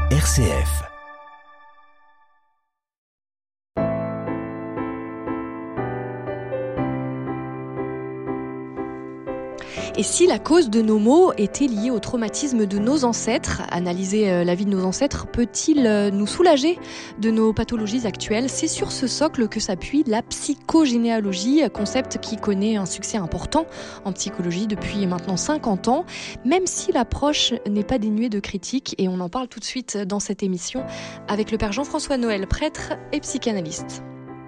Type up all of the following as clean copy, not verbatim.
RCF. Et si la cause de nos maux était liée au traumatisme de nos ancêtres, analyser la vie de nos ancêtres peut-il nous soulager de nos pathologies actuelles ? C'est sur ce socle que s'appuie la psychogénéalogie, concept qui connaît un succès important en psychologie depuis maintenant 50 ans, même si l'approche n'est pas dénuée de critiques. Et on en parle tout de suite dans cette émission avec le père Jean-François Noël, prêtre et psychanalyste.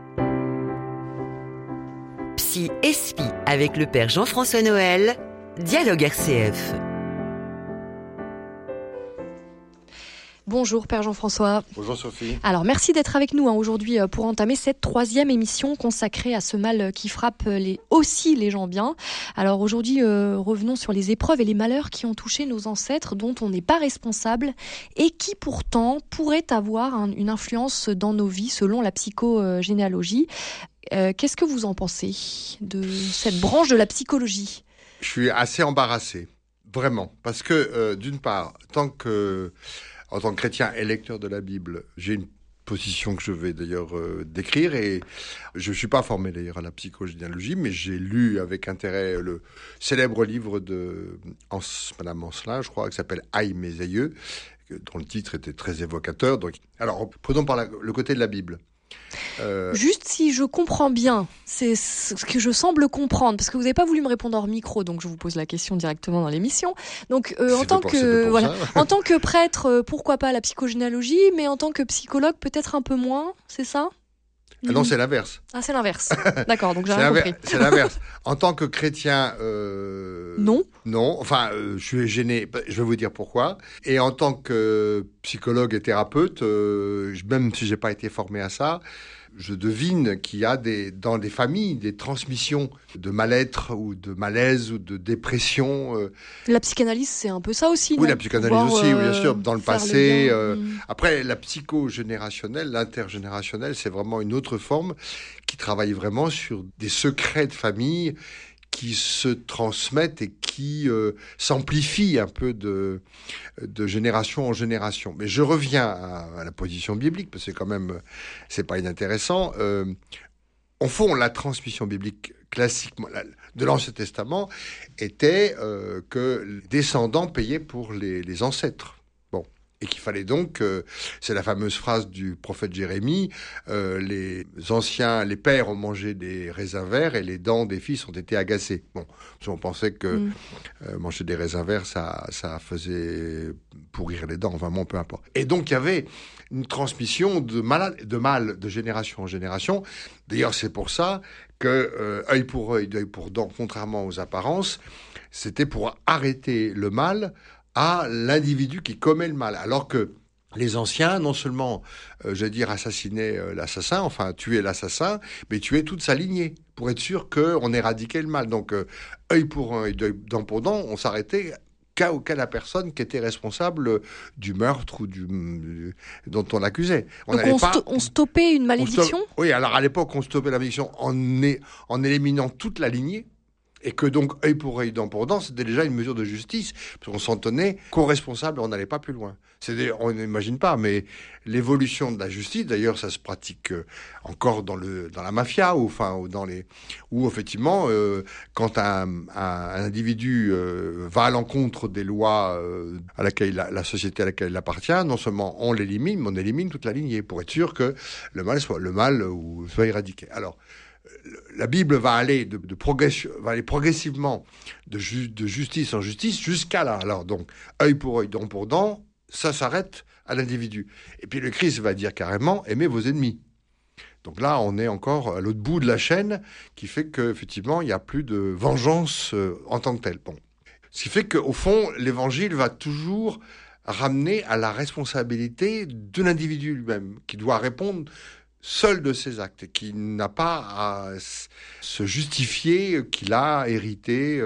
Psy et Spi avec le père Jean-François Noël. Dialogue RCF. Bonjour Père Jean-François. Bonjour Sophie. Alors merci d'être avec nous aujourd'hui pour entamer cette 3e émission consacrée à ce mal qui frappe aussi les gens bien. Alors aujourd'hui revenons sur les épreuves et les malheurs qui ont touché nos ancêtres dont on n'est pas responsable et qui pourtant pourraient avoir une influence dans nos vies selon la psychogénéalogie. Qu'est-ce que vous en pensez de cette branche de la psychologie ? Je suis assez embarrassé, vraiment, parce que d'une part, en tant que chrétien et lecteur de la Bible, j'ai une position que je vais d'ailleurs décrire, et je ne suis pas formé d'ailleurs à la psychogénéalogie, mais j'ai lu avec intérêt le célèbre livre de Madame Ancelin, je crois, qui s'appelle « Aïe mes aïeux », dont le titre était très évocateur. Donc, alors, prenons par le côté de la Bible. Juste si je comprends bien, c'est ce que je semble comprendre, parce que vous n'avez pas voulu me répondre hors micro, donc je vous pose la question directement dans l'émission. Donc en tant que prêtre, pourquoi pas la psychogénéalogie, mais en tant que psychologue, peut-être un peu moins, c'est ça ? Ah non, c'est l'inverse. Ah, c'est l'inverse. D'accord, donc j'ai rien compris. C'est l'inverse. En tant que chrétien, non. Enfin, je suis gêné. Je vais vous dire pourquoi. Et en tant que psychologue et thérapeute, même si j'ai pas été formé à ça, je devine qu'il y a dans des familles des transmissions de mal-être ou de malaise ou de dépression. La psychanalyse, c'est un peu ça aussi, oui, non ? la psychanalyse aussi, oui, bien sûr, dans le passé. Après, la psychogénérationnelle, l'intergénérationnelle, c'est vraiment une autre forme qui travaille vraiment sur des secrets de famille qui se transmettent et qui s'amplifient un peu de génération en génération. Mais je reviens à la position biblique, parce que quand même, c'est pas inintéressant. Au fond, la transmission biblique classique de l'Ancien Testament était que les descendants payaient pour les ancêtres. Et qu'il fallait donc, c'est la fameuse phrase du prophète Jérémie, les pères ont mangé des raisins verts et les dents des fils ont été agacées. Bon, on pensait que manger des raisins verts, ça faisait pourrir les dents, vraiment, peu importe. Et donc, il y avait une transmission de mal de génération en génération. D'ailleurs, c'est pour ça que œil pour œil, dent pour dent, contrairement aux apparences, c'était pour arrêter le mal à l'individu qui commet le mal. Alors que les anciens, non seulement, assassinaient l'assassin, enfin tuaient l'assassin, mais tuaient toute sa lignée, pour être sûr qu'on éradiquait le mal. Donc, œil pour œil, dent pour dent, on s'arrêtait qu'à la personne qui était responsable du meurtre ou dont on l'accusait. On stoppait une malédiction ? Oui, alors à l'époque, on stoppait la malédiction en éliminant toute la lignée. Et que donc, œil pour œil, dent pour dent, c'était déjà une mesure de justice, parce qu'on s'en tenait co-responsable et on n'allait pas plus loin. On n'imagine pas, mais l'évolution de la justice, d'ailleurs, ça se pratique encore dans la mafia, où effectivement, quand un individu va à l'encontre des lois à laquelle la société à laquelle il appartient, non seulement on l'élimine, mais on élimine toute la lignée, pour être sûr que le mal soit éradiqué. Alors, la Bible va aller progressivement de justice en justice jusqu'à là. Alors donc, œil pour œil, dent pour dent, ça s'arrête à l'individu. Et puis le Christ va dire carrément, aimez vos ennemis. Donc là, on est encore à l'autre bout de la chaîne, qui fait qu'effectivement, il n'y a plus de vengeance en tant que telle. Bon. Ce qui fait qu'au fond, l'Évangile va toujours ramener à la responsabilité de l'individu lui-même, qui doit répondre seul de ses actes, et qui n'a pas à se justifier qu'il a hérité.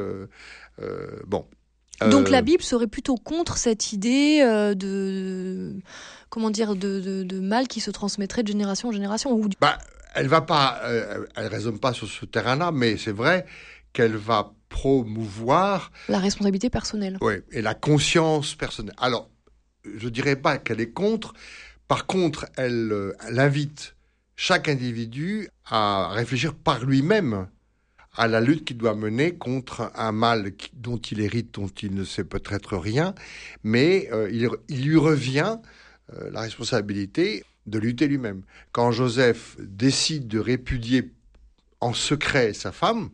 Donc la Bible serait plutôt contre cette idée de mal qui se transmettrait de génération en génération. Elle raisonne pas sur ce terrain-là, mais c'est vrai qu'elle va promouvoir la responsabilité personnelle. Oui, et la conscience personnelle. Alors, je dirais pas qu'elle est contre. Par contre, elle invite chaque individu à réfléchir par lui-même à la lutte qu'il doit mener contre un mal dont il hérite, dont il ne sait peut-être rien, mais il lui revient la responsabilité de lutter lui-même. Quand Joseph décide de répudier en secret sa femme,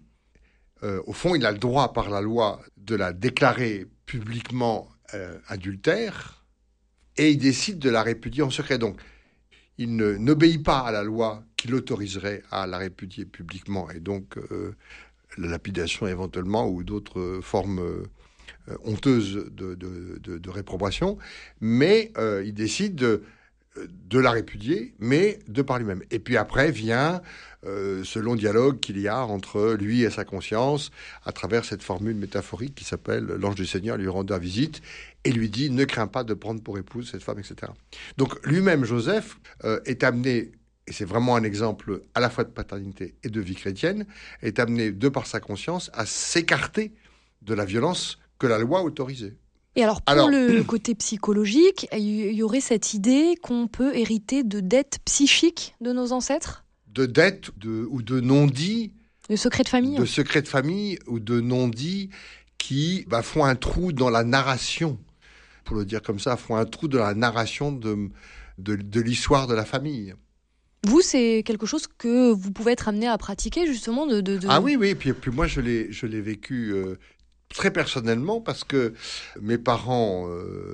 au fond, il a le droit par la loi de la déclarer publiquement adultère, et il décide de la répudier en secret. Donc, il n'obéit pas à la loi qui l'autoriserait à la répudier publiquement, et donc la lapidation éventuellement, ou d'autres formes honteuses de réprobation, mais il décide de la répudier, mais de par lui-même. Et puis après vient ce long dialogue qu'il y a entre lui et sa conscience, à travers cette formule métaphorique qui s'appelle « L'ange du Seigneur lui rendra visite » et lui dit « Ne crains pas de prendre pour épouse cette femme, etc. » Donc lui-même, Joseph, est amené, et c'est vraiment un exemple à la fois de paternité et de vie chrétienne, est amené, de par sa conscience, à s'écarter de la violence que la loi autorisait. Et alors, pour le côté psychologique, il y aurait cette idée qu'on peut hériter de dettes psychiques de nos ancêtres ? De dettes ou de non-dits. De secrets de famille. De secrets de famille ou de non-dits qui font un trou dans la narration, pour le dire comme ça, font un trou dans la narration de l'histoire de la famille. Vous, c'est quelque chose que vous pouvez être amené à pratiquer, justement Ah oui, et puis moi, je l'ai vécu très personnellement, parce que mes parents,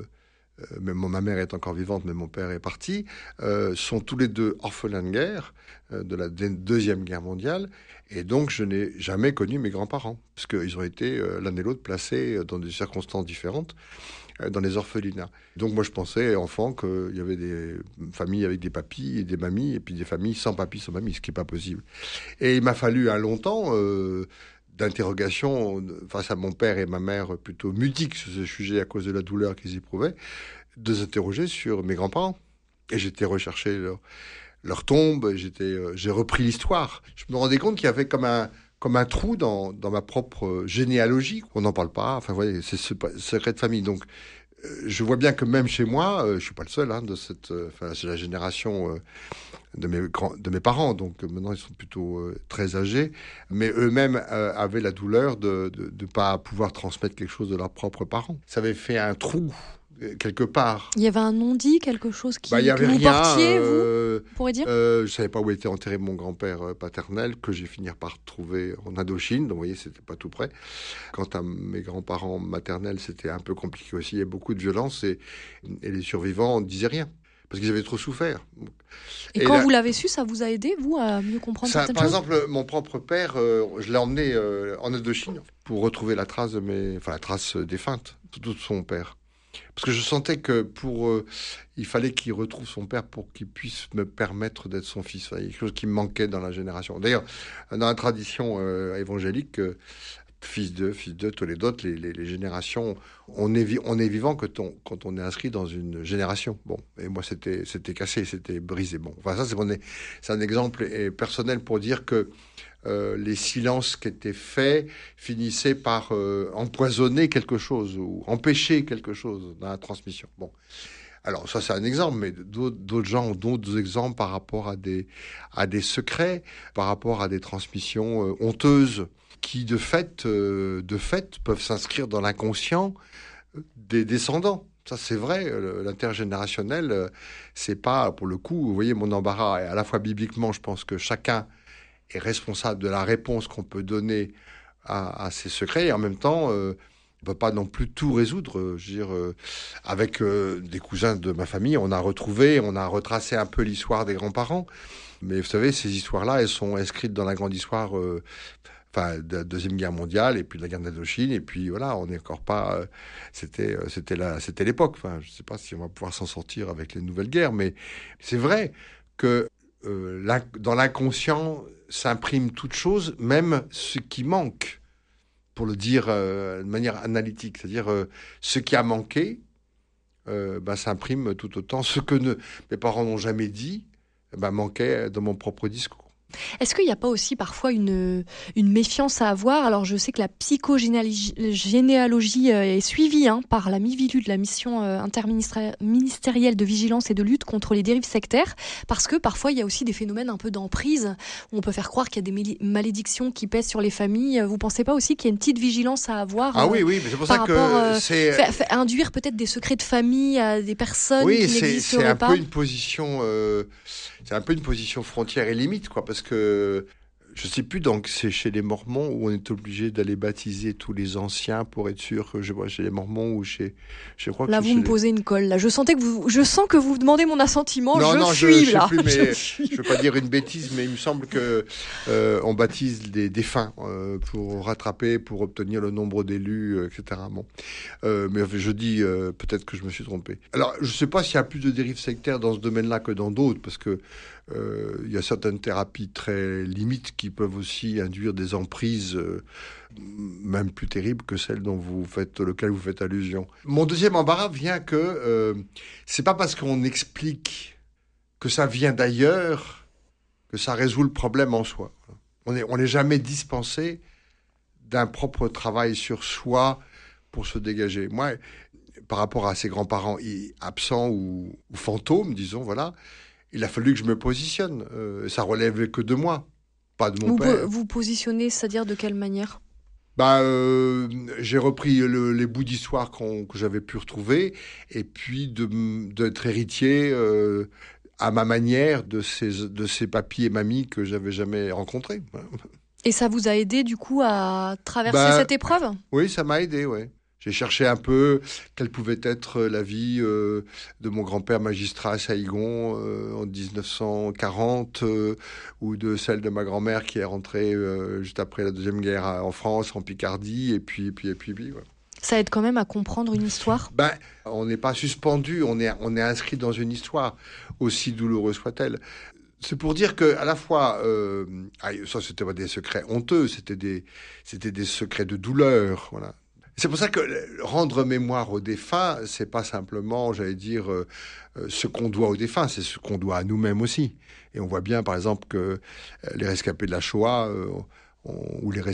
même ma mère est encore vivante, mais mon père est parti, sont tous les deux orphelins de guerre, de la Deuxième Guerre mondiale, et donc je n'ai jamais connu mes grands-parents, parce qu'ils ont été l'un et l'autre placés dans des circonstances différentes, dans les orphelinats. Donc moi je pensais, enfant, qu'il y avait des familles avec des papis et des mamies, et puis des familles sans papis, sans mamies, ce qui n'est pas possible. Et il m'a fallu un long temps d'interrogation face à mon père et ma mère plutôt mudiques sur ce sujet à cause de la douleur qu'ils éprouvaient, de s'interroger sur mes grands-parents. Et j'étais recherché leur tombe, j'ai repris l'histoire. Je me rendais compte qu'il y avait comme un trou dans ma propre généalogie. On n'en parle pas, enfin, vous voyez, c'est ce secret de famille. Donc, je vois bien que même chez moi, je suis pas le seul, c'est la génération de mes parents, donc maintenant ils sont plutôt très âgés, mais eux-mêmes avaient la douleur de ne pas pouvoir transmettre quelque chose de leurs propres parents. Ça avait fait un trou quelque part. Il y avait un non-dit, quelque chose il y avait que vous rien, portiez, vous, on pourrait dire je savais pas où était enterré mon grand-père paternel, que j'ai fini par trouver en Indochine, donc vous voyez, c'était pas tout près. Quant à mes grands-parents maternels, c'était un peu compliqué aussi, il y a beaucoup de violence, et les survivants ne disaient rien, parce qu'ils avaient trop souffert. Et quand vous l'avez su, ça vous a aidé, vous, à mieux comprendre certaines choses ? Par exemple, mon propre père, je l'ai emmené en Indochine pour retrouver la trace la trace défunte de son père. Parce que je sentais que il fallait qu'il retrouve son père pour qu'il puisse me permettre d'être son fils. Il y a quelque chose qui me manquait dans la génération. D'ailleurs, dans la tradition évangélique, fils d'eux, Tolédote, les générations, on est vivant quand on est inscrit dans une génération. Bon, et moi c'était cassé, c'était brisé. Bon, enfin ça c'est un exemple personnel pour dire que les silences qui étaient faits finissaient par empoisonner quelque chose ou empêcher quelque chose dans la transmission. Bon. Alors ça c'est un exemple, mais d'autres gens ont d'autres exemples par rapport à des secrets, par rapport à des transmissions honteuses qui de fait peuvent s'inscrire dans l'inconscient des descendants. Ça c'est vrai, l'intergénérationnel, c'est pas, pour le coup, vous voyez mon embarras, et à la fois bibliquement, je pense que chacun est responsable de la réponse qu'on peut donner à ces secrets, et en même temps, on ne peut pas non plus tout résoudre. Je veux dire, avec des cousins de ma famille, on a retracé un peu l'histoire des grands-parents, mais vous savez, ces histoires-là, elles sont inscrites dans la grande histoire de la Deuxième Guerre mondiale, et puis de la guerre d'Indochine, et puis voilà, on n'est encore pas... c'était l'époque. Enfin, je ne sais pas si on va pouvoir s'en sortir avec les nouvelles guerres, mais c'est vrai que dans l'inconscient s'imprime toute chose, même ce qui manque, pour le dire de manière analytique. C'est-à-dire ce qui a manqué s'imprime tout autant. Ce que mes parents n'ont jamais dit manquait dans mon propre discours. Est-ce qu'il n'y a pas aussi parfois une méfiance à avoir ? Alors je sais que la psychogénéalogie est suivie par la MIVILU de la mission interministérielle de vigilance et de lutte contre les dérives sectaires, parce que parfois il y a aussi des phénomènes un peu d'emprise, où on peut faire croire qu'il y a des malédictions qui pèsent sur les familles. Vous ne pensez pas aussi qu'il y a une petite vigilance à avoir oui, mais c'est pour ça que c'est... induire peut-être des secrets de famille à des personnes qui n'existeraient pas. C'est un peu une position frontière et limite, quoi, parce que je sais plus, donc c'est chez les Mormons où on est obligé d'aller baptiser tous les anciens pour être sûr que je vois chez les Mormons ou je crois que là vous me posez une colle. Là, je sens que vous demandez mon assentiment. Non, je fuis sais là. Plus, mais je veux pas dire une bêtise, mais il me semble que on baptise des défunts pour rattraper, pour obtenir le nombre d'élus, etc. Bon, mais je dis peut-être que je me suis trompé. Alors je sais pas s'il y a plus de dérives sectaires dans ce domaine-là que dans d'autres, parce que il y a certaines thérapies très limites qui peuvent aussi induire des emprises même plus terribles que celles auxquelles vous faites allusion. Mon deuxième embarras vient que c'est pas parce qu'on explique que ça vient d'ailleurs que ça résout le problème en soi. On n'est jamais dispensé d'un propre travail sur soi pour se dégager. Moi, par rapport à ces grands-parents absents ou fantômes, disons, voilà, il a fallu que je me positionne. Ça relève que de moi, pas de mon père. Vous positionnez, c'est-à-dire de quelle manière ? J'ai repris les bouts d'histoire que j'avais pu retrouver, et puis d'être héritier à ma manière de ces papis et mamies que j'avais jamais rencontrés. Et ça vous a aidé du coup à traverser cette épreuve ? Oui, ça m'a aidé, oui. J'ai cherché un peu quelle pouvait être la vie de mon grand-père magistrat à Saïgon en 1940 ou de celle de ma grand-mère qui est rentrée juste après la Deuxième Guerre en France, en Picardie, et puis. Ouais. Ça aide quand même à comprendre une histoire ? On n'est pas suspendu, on est inscrit dans une histoire, aussi douloureuse soit-elle. C'est pour dire que à la fois, ça c'était pas des secrets honteux, c'était des secrets de douleur, voilà. C'est pour ça que rendre mémoire aux défunts, c'est pas simplement, j'allais dire, ce qu'on doit aux défunts, c'est ce qu'on doit à nous-mêmes aussi. Et on voit bien, par exemple, que les rescapés de la Shoah ou les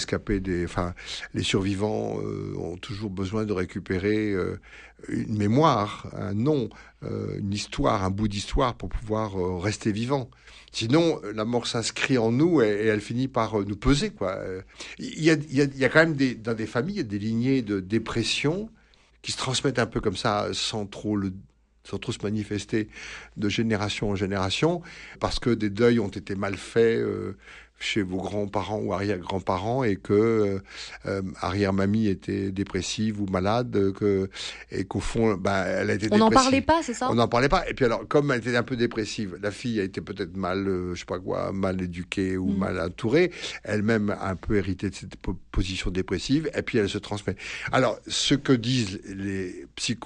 survivants ont toujours besoin de récupérer une mémoire, un nom, une histoire, un bout d'histoire pour pouvoir rester vivant. Sinon, la mort s'inscrit en nous et elle finit par nous peser, quoi. Il y a quand même dans des familles, il y a des lignées de dépression qui se transmettent un peu comme ça, sans trop se manifester de génération en génération, parce que des deuils ont été mal faits chez vos grands-parents ou arrière-grands-parents et que arrière-mamie était dépressive ou malade et qu'au fond elle a été dépressive. On n'en parlait pas, c'est ça ? On n'en parlait pas. Et puis alors, comme elle était un peu dépressive, la fille a été peut-être mal éduquée ou mal entourée, elle-même a un peu hérité de cette position dépressive et puis elle se transmet. Alors, ce que disent les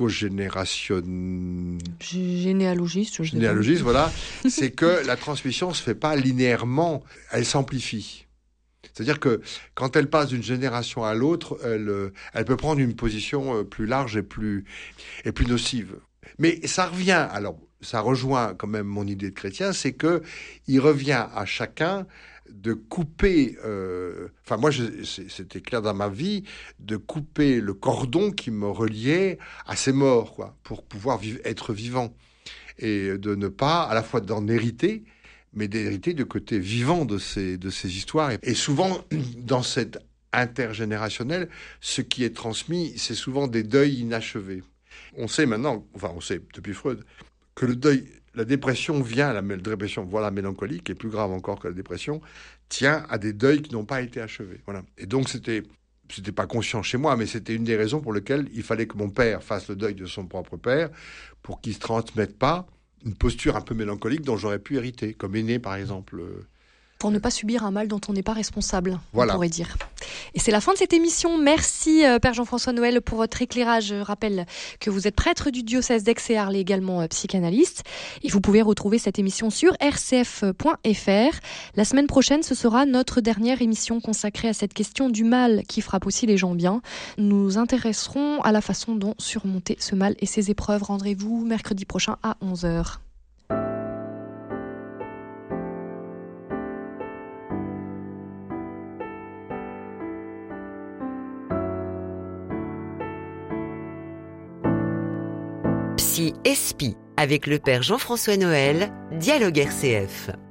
généalogistes, voilà, c'est que la transmission se fait pas linéairement, elle s'amplifie. C'est-à-dire que quand elle passe d'une génération à l'autre, elle peut prendre une position plus large et plus nocive. Mais ça revient, alors ça rejoint quand même mon idée de chrétien, c'est que il revient à chacun de couper, moi c'était clair dans ma vie, de couper le cordon qui me reliait à ces morts, quoi, pour pouvoir être vivant. Et de ne pas à la fois d'en hériter, mais d'hériter du côté vivant de ces histoires. Et souvent, dans cette intergénérationnel, ce qui est transmis, c'est souvent des deuils inachevés. On sait maintenant, on sait depuis Freud, que le deuil, la dépression la dépression, voire la mélancolie, qui est plus grave encore que la dépression, tient à des deuils qui n'ont pas été achevés. Voilà. Et donc c'était pas conscient chez moi, mais c'était une des raisons pour lesquelles il fallait que mon père fasse le deuil de son propre père, pour qu'il ne se transmette pas une posture un peu mélancolique dont j'aurais pu hériter, comme aîné par exemple. Pour ne pas subir un mal dont on n'est pas responsable, voilà. On pourrait dire. Et c'est la fin de cette émission. Merci Père Jean-François Noël pour votre éclairage. Je rappelle que vous êtes prêtre du diocèse d'Aix et Arles et également psychanalyste. Et vous pouvez retrouver cette émission sur rcf.fr. La semaine prochaine, ce sera notre dernière émission consacrée à cette question du mal qui frappe aussi les gens bien. Nous nous intéresserons à la façon dont surmonter ce mal et ses épreuves. Rendez-vous mercredi prochain à 11h. ESPI avec le père Jean-François Noël, Dialogue RCF.